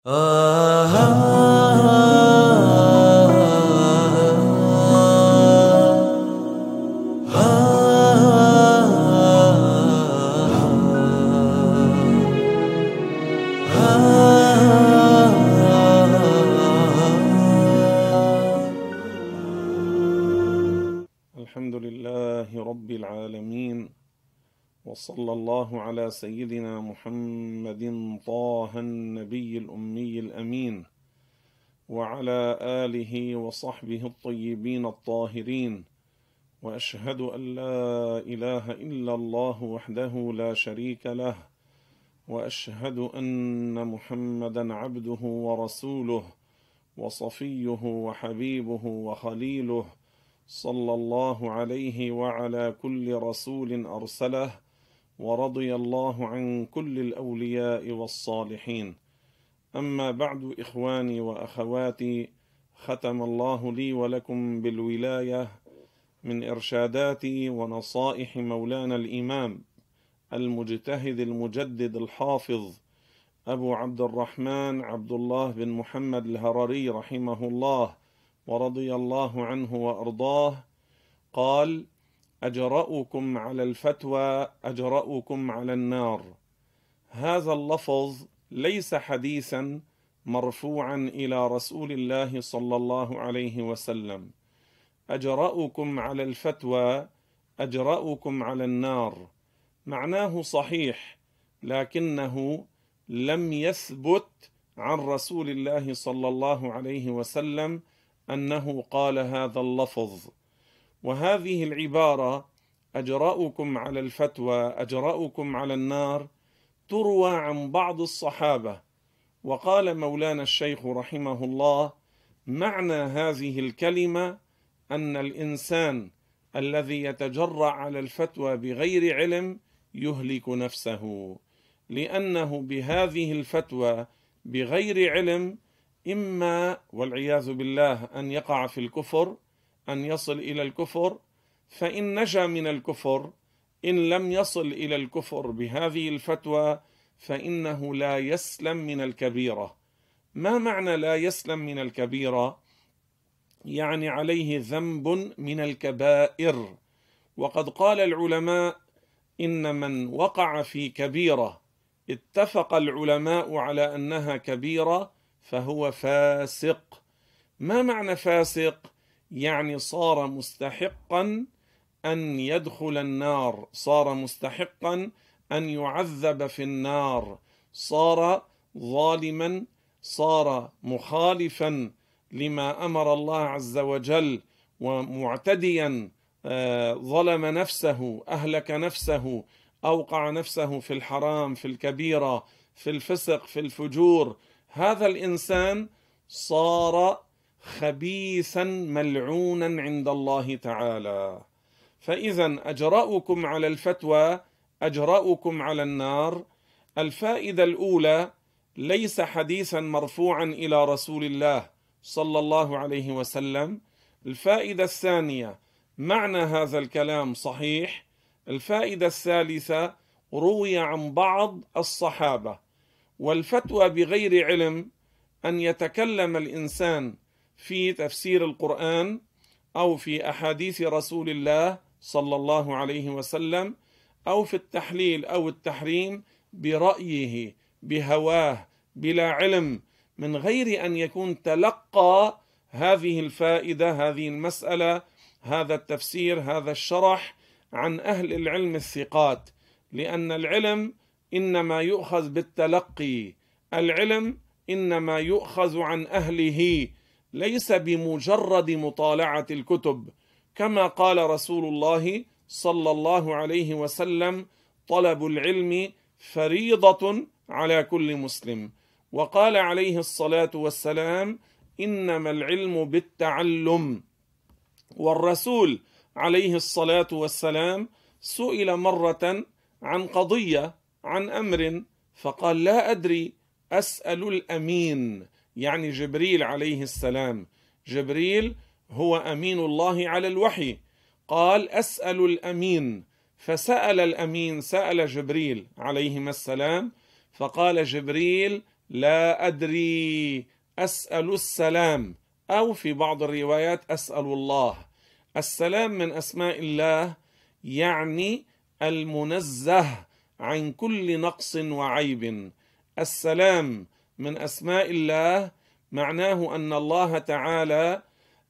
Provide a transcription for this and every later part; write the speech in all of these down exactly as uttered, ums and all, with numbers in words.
الحمد لله رب العالمين، وصلى الله على سيدنا محمد طه النبي الأمي الأمين، وعلى آله وصحبه الطيبين الطاهرين، وأشهد أن لا إله إلا الله وحده لا شريك له، وأشهد أن محمدا عبده ورسوله وصفيه وحبيبه وخليله، صلى الله عليه وعلى كل رسول أرسله، ورضي الله عن كل الأولياء والصالحين. أما بعد، إخواني وأخواتي، ختم الله لي ولكم بالولاية من إرشادات ونصائح مولانا الإمام المجتهد المجدد الحافظ أبو عبد الرحمن عبد الله بن محمد الهرري رحمه الله ورضي الله عنه وأرضاه. قال: أجرؤكم على الفتوى أجرؤكم على النار. هذا اللفظ ليس حديثا مرفوعا إلى رسول الله صلى الله عليه وسلم. أجرؤكم على الفتوى أجرؤكم على النار معناه صحيح، لكنه لم يثبت عن رسول الله صلى الله عليه وسلم أنه قال هذا اللفظ. وهذه العبارة أجرؤكم على الفتوى أجرؤكم على النار تروى عن بعض الصحابة. وقال مولانا الشيخ رحمه الله: معنى هذه الكلمة أن الإنسان الذي يتجرأ على الفتوى بغير علم يهلك نفسه، لأنه بهذه الفتوى بغير علم إما والعياذ بالله أن يقع في الكفر، أن يصل إلى الكفر، فإن نجا من الكفر. إن لم يصل إلى الكفر بهذه الفتوى فإنه لا يسلم من الكبيرة. ما معنى لا يسلم من الكبيرة؟ يعني عليه ذنب من الكبائر. وقد قال العلماء: إن من وقع في كبيرة اتفق العلماء على أنها كبيرة فهو فاسق. ما معنى فاسق؟ يعني صار مستحقا أن يدخل النار، صار مستحقا أن يعذب في النار، صار ظالما، صار مخالفا لما أمر الله عز وجل، ومعتديا، ظلم نفسه، أهلك نفسه، أوقع نفسه في الحرام، في الكبيرة، في الفسق، في الفجور. هذا الإنسان صار خبيثا ملعونا عند الله تعالى. فإذا أجرؤكم على الفتوى أجرؤكم على النار. الفائدة الأولى: ليس حديثا مرفوعا إلى رسول الله صلى الله عليه وسلم. الفائدة الثانية: معنى هذا الكلام صحيح. الفائدة الثالثة: روي عن بعض الصحابة. والفتوى بغير علم أن يتكلم الإنسان في تفسير القرآن أو في أحاديث رسول الله صلى الله عليه وسلم أو في التحليل أو التحريم برأيه بهواه بلا علم، من غير أن يكون تلقى هذه الفائدة، هذه المسألة، هذا التفسير، هذا الشرح عن أهل العلم الثقات. لأن العلم إنما يؤخذ بالتلقي، العلم إنما يؤخذ عن أهله، ليس بمجرد مطالعة الكتب. كما قال رسول الله صلى الله عليه وسلم: طلب العلم فريضة على كل مسلم. وقال عليه الصلاة والسلام: إنما العلم بالتعلم. والرسول عليه الصلاة والسلام سئل مرة عن قضية، عن أمر، فقال: لا أدري، أسأل الأمين، يعني جبريل عليه السلام. جبريل هو أمين الله على الوحي. قال: أسأل الأمين. فسأل الأمين، سأل جبريل عليهما السلام، فقال جبريل: لا أدري أسأل السلام، أو في بعض الروايات أسأل الله. السلام من أسماء الله، يعني المنزه عن كل نقص وعيب. السلام من أسماء الله معناه أن الله تعالى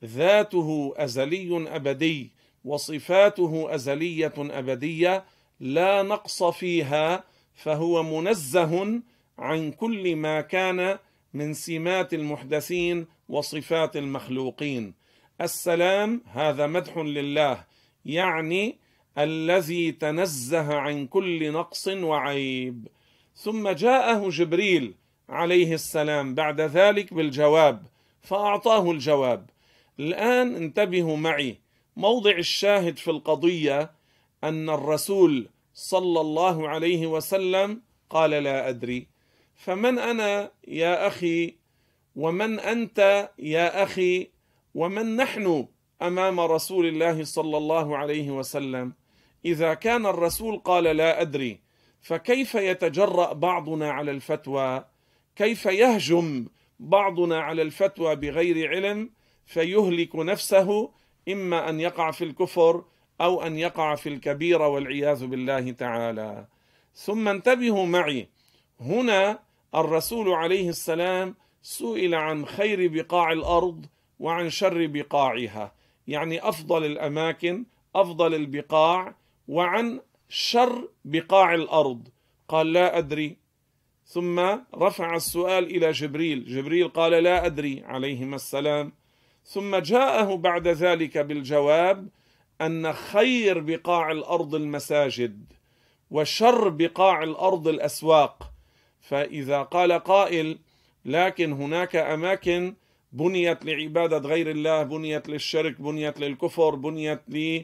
ذاته أزلي أبدي، وصفاته أزلية أبدية لا نقص فيها، فهو منزه عن كل ما كان من سمات المحدثين وصفات المخلوقين. السلام هذا مدح لله، يعني الذي تنزه عن كل نقص وعيب. ثم جاءه جبريل عليه السلام بعد ذلك بالجواب، فأعطاه الجواب. الآن انتبهوا معي، موضع الشاهد في القضية أن الرسول صلى الله عليه وسلم قال لا أدري. فمن أنا يا أخي، ومن أنت يا أخي، ومن نحن أمام رسول الله صلى الله عليه وسلم؟ إذا كان الرسول قال لا أدري، فكيف يتجرأ بعضنا على الفتوى؟ كيف يهجم بعضنا على الفتوى بغير علم فيهلك نفسه، إما أن يقع في الكفر أو أن يقع في الكبيرة والعياذ بالله تعالى. ثم انتبهوا معي، هنا الرسول عليه السلام سئل عن خير بقاع الأرض وعن شر بقاعها، يعني أفضل الأماكن، أفضل البقاع، وعن شر بقاع الأرض، قال لا أدري. ثم رفع السؤال إلى جبريل، جبريل قال لا أدري عليهما السلام. ثم جاءه بعد ذلك بالجواب أن خير بقاع الأرض المساجد، وشر بقاع الأرض الأسواق. فإذا قال قائل لكن هناك أماكن بنيت لعبادة غير الله، بنيت للشرك، بنيت للكفر، بنيت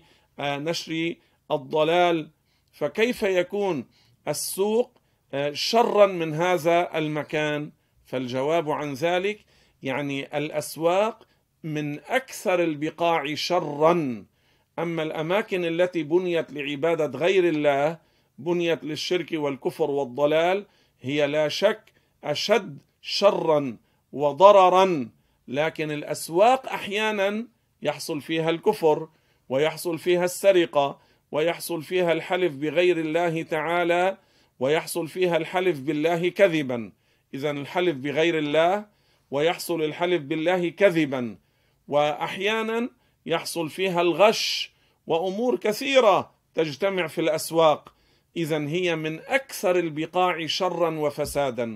لنشر الضلال، فكيف يكون السوق شرا من هذا المكان؟ فالجواب عن ذلك يعني الأسواق من أكثر البقاع شرا، أما الأماكن التي بنيت لعبادة غير الله، بنيت للشرك والكفر والضلال، هي لا شك أشد شرا وضررا. لكن الأسواق أحيانا يحصل فيها الكفر، ويحصل فيها السرقة، ويحصل فيها الحلف بغير الله تعالى، ويحصل فيها الحلف بالله كذبا. إذن الحلف بغير الله، ويحصل الحلف بالله كذبا، وأحيانا يحصل فيها الغش، وأمور كثيرة تجتمع في الأسواق. إذن هي من أكثر البقاع شرا وفسادا.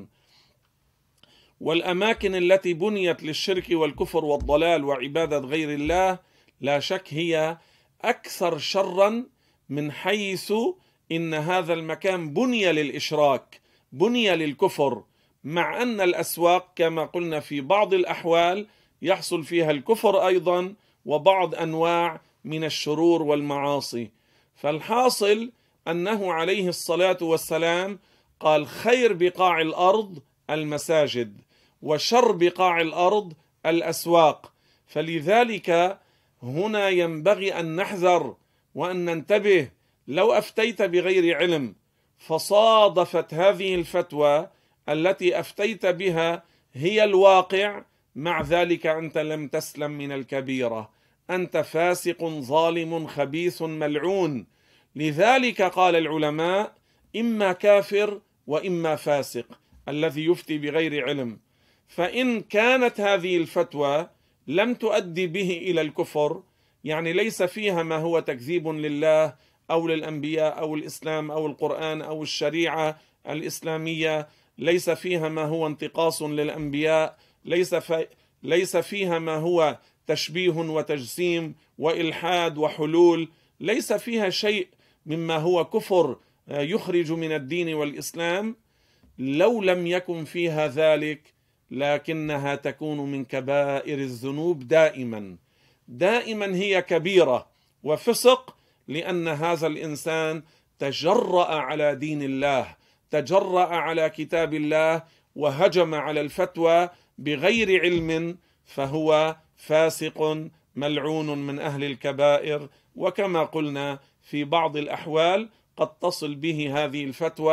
والأماكن التي بنيت للشرك والكفر والضلال وعبادة غير الله لا شك هي أكثر شرا، من حيث إن هذا المكان بني للإشراك، بني للكفر، مع أن الأسواق كما قلنا في بعض الأحوال يحصل فيها الكفر أيضا، وبعض أنواع من الشرور والمعاصي. فالحاصل أنه عليه الصلاة والسلام قال خير بقاع الأرض المساجد، وشر بقاع الأرض الأسواق. فلذلك هنا ينبغي أن نحذر وأن ننتبه. لو أفتيت بغير علم فصادفت هذه الفتوى التي أفتيت بها هي الواقع، مع ذلك أنت لم تسلم من الكبيرة، أنت فاسق ظالم خبيث ملعون. لذلك قال العلماء إما كافر وإما فاسق الذي يفتي بغير علم. فإن كانت هذه الفتوى لم تؤدي به إلى الكفر، يعني ليس فيها ما هو تكذيب لله أو للأنبياء أو الإسلام أو القرآن أو الشريعة الإسلامية، ليس فيها ما هو انتقاص للأنبياء، ليس في ليس فيها ما هو تشبيه وتجسيم وإلحاد وحلول، ليس فيها شيء مما هو كفر يخرج من الدين والإسلام، لو لم يكن فيها ذلك لكنها تكون من كبائر الذنوب دائما. دائما هي كبيرة وفسق، لأن هذا الإنسان تجرأ على دين الله، تجرأ على كتاب الله، وهجم على الفتوى بغير علم، فهو فاسق ملعون من أهل الكبائر. وكما قلنا في بعض الأحوال قد تصل به هذه الفتوى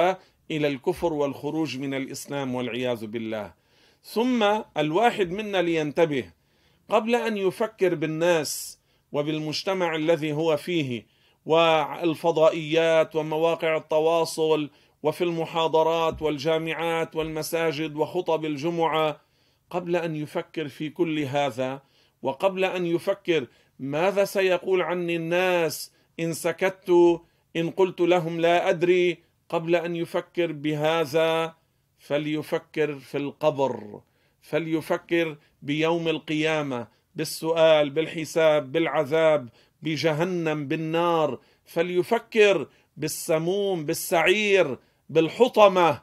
إلى الكفر والخروج من الإسلام والعياذ بالله. ثم الواحد منا لينتبه قبل أن يفكر بالناس وبالمجتمع الذي هو فيه والفضائيات ومواقع التواصل وفي المحاضرات والجامعات والمساجد وخطب الجمعة، قبل أن يفكر في كل هذا وقبل أن يفكر ماذا سيقول عني الناس إن سكت، إن قلت لهم لا أدري، قبل أن يفكر بهذا فليفكر في القبر، فليفكر بيوم القيامة، بالسؤال، بالحساب، بالعذاب، بجهنم، بالنار، فليفكر بالسموم، بالسعير، بالحطمة.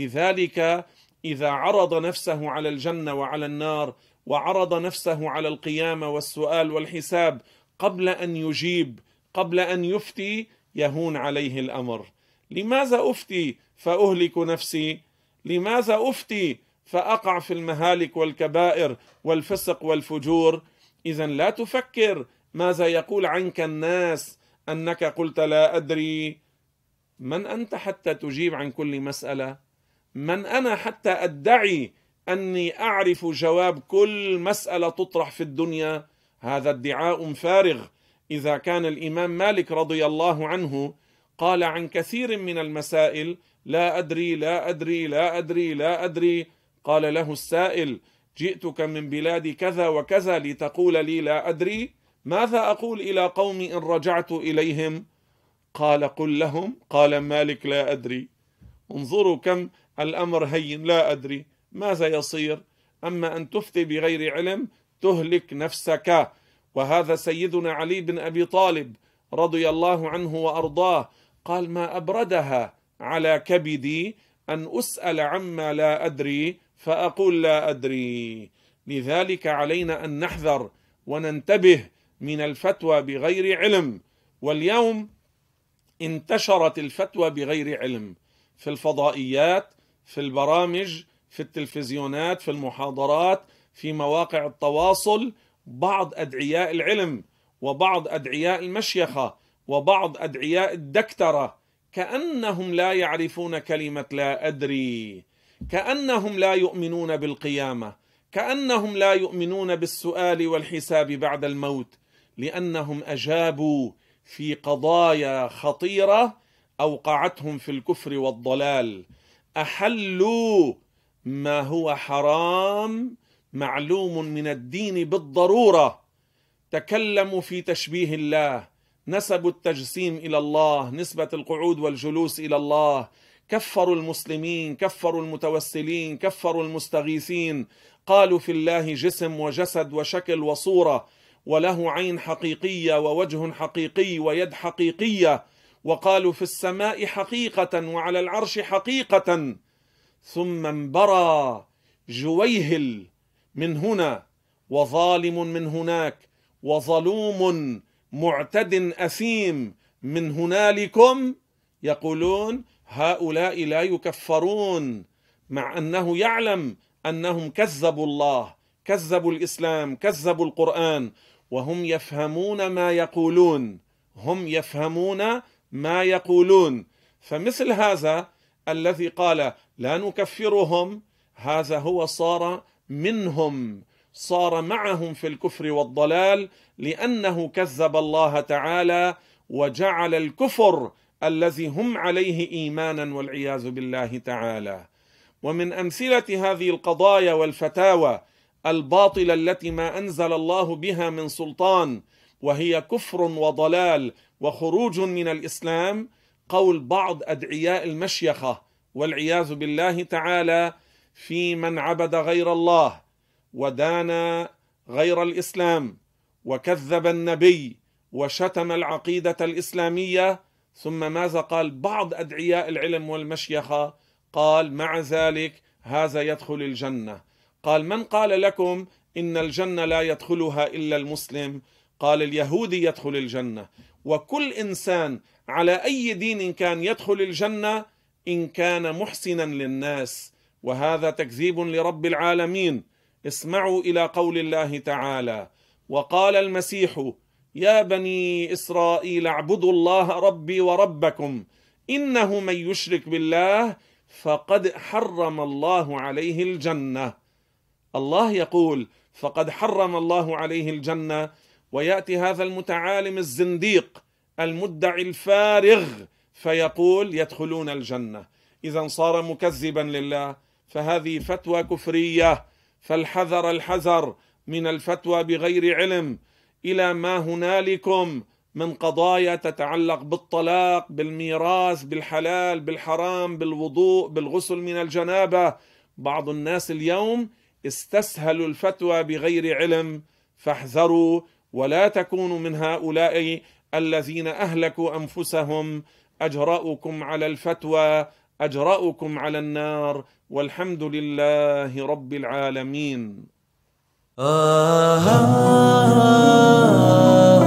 لذلك إذا عرض نفسه على الجنة وعلى النار وعرض نفسه على القيامة والسؤال والحساب قبل أن يجيب، قبل أن يفتي، يهون عليه الأمر. لماذا أفتي فأهلك نفسي؟ لماذا أفتي فأقع في المهالك والكبائر والفسق والفجور؟ إذن لا تفكر ماذا يقول عنك الناس أنك قلت لا أدري. من أنت حتى تجيب عن كل مسألة؟ من أنا حتى أدعي أني أعرف جواب كل مسألة تطرح في الدنيا؟ هذا ادعاء فارغ. إذا كان الإمام مالك رضي الله عنه قال عن كثير من المسائل لا أدري لا أدري لا أدري لا أدري، قال له السائل: جئتك من بلاد كذا وكذا لتقول لي لا أدري؟ ماذا أقول إلى قوم إن رجعت إليهم؟ قال: قل لهم. قال مالك: لا أدري. انظروا كم الأمر هين، لا أدري، ماذا يصير؟ أما أن تفتي بغير علم تهلك نفسك. وهذا سيدنا علي بن أبي طالب رضي الله عنه وأرضاه قال: ما أبردها على كبدي أن أسأل عما لا أدري فأقول لا أدري. لذلك علينا أن نحذر وننتبه من الفتوى بغير علم. واليوم انتشرت الفتوى بغير علم في الفضائيات، في البرامج، في التلفزيونات، في المحاضرات، في مواقع التواصل. بعض أدعياء العلم وبعض أدعياء المشيخة وبعض أدعياء الدكترة كأنهم لا يعرفون كلمة لا أدري، كأنهم لا يؤمنون بالقيامة، كأنهم لا يؤمنون بالسؤال والحساب بعد الموت، لأنهم أجابوا في قضايا خطيرة أوقعتهم في الكفر والضلال. أحلوا ما هو حرام معلوم من الدين بالضرورة، تكلموا في تشبيه الله، نسبوا التجسيم إلى الله، نسبة القعود والجلوس إلى الله، كفروا المسلمين، كفروا المتوسلين، كفروا المستغيثين، قالوا في الله جسم وجسد وشكل وصورة، وله عين حقيقية ووجه حقيقي ويد حقيقية، وقالوا في السماء حقيقة وعلى العرش حقيقة. ثم انبرى جويهل من هنا وظالم من هناك وظلوم معتد أثيم من هنالكم، يقولون هؤلاء لا يكفرون، مع أنه يعلم أنهم كذبوا الله، كذبوا الإسلام، كذبوا القرآن، وهم يفهمون ما يقولون، هم يفهمون ما يقولون. فمثل هذا الذي قال لا نكفرهم، هذا هو صار منهم، صار معهم في الكفر والضلال، لأنه كذب الله تعالى وجعل الكفر الذي هم عليه إيمانا والعياذ بالله تعالى. ومن أمثلة هذه القضايا والفتاوى الباطلة التي ما أنزل الله بها من سلطان، وهي كفر وضلال وخروج من الإسلام، قول بعض أدعياء المشيخة والعياذ بالله تعالى في من عبد غير الله ودان غير الإسلام وكذب النبي وشتم العقيدة الإسلامية. ثم ماذا قال بعض أدعياء العلم والمشيخة؟ قال مع ذلك هذا يدخل الجنة. قال من قال لكم إن الجنة لا يدخلها إلا المسلم؟ قال اليهودي يدخل الجنة، وكل إنسان على أي دين كان يدخل الجنة إن كان محسنا للناس، وهذا تكذيب لرب العالمين. اسمعوا إلى قول الله تعالى: وقال المسيح يا بني إسرائيل اعبدوا الله ربي وربكم إنه من يشرك بالله فقد حرم الله عليه الجنة. الله يقول فقد حرم الله عليه الجنة، ويأتي هذا المتعالم الزنديق المدعي الفارغ فيقول يدخلون الجنة. إذا صار مكذبا لله، فهذه فتوى كفرية. فالحذر الحذر من الفتوى بغير علم إلى ما هنالكم من قضايا تتعلق بالطلاق، بالميراث، بالحلال، بالحرام، بالوضوء، بالغسل من الجنابة. بعض الناس اليوم استسهلوا الفتوى بغير علم، فاحذروا ولا تكونوا من هؤلاء الذين أهلكوا أنفسهم. أجرأكم على الفتوى أجرأكم على النار، والحمد لله رب العالمين. آه آه آه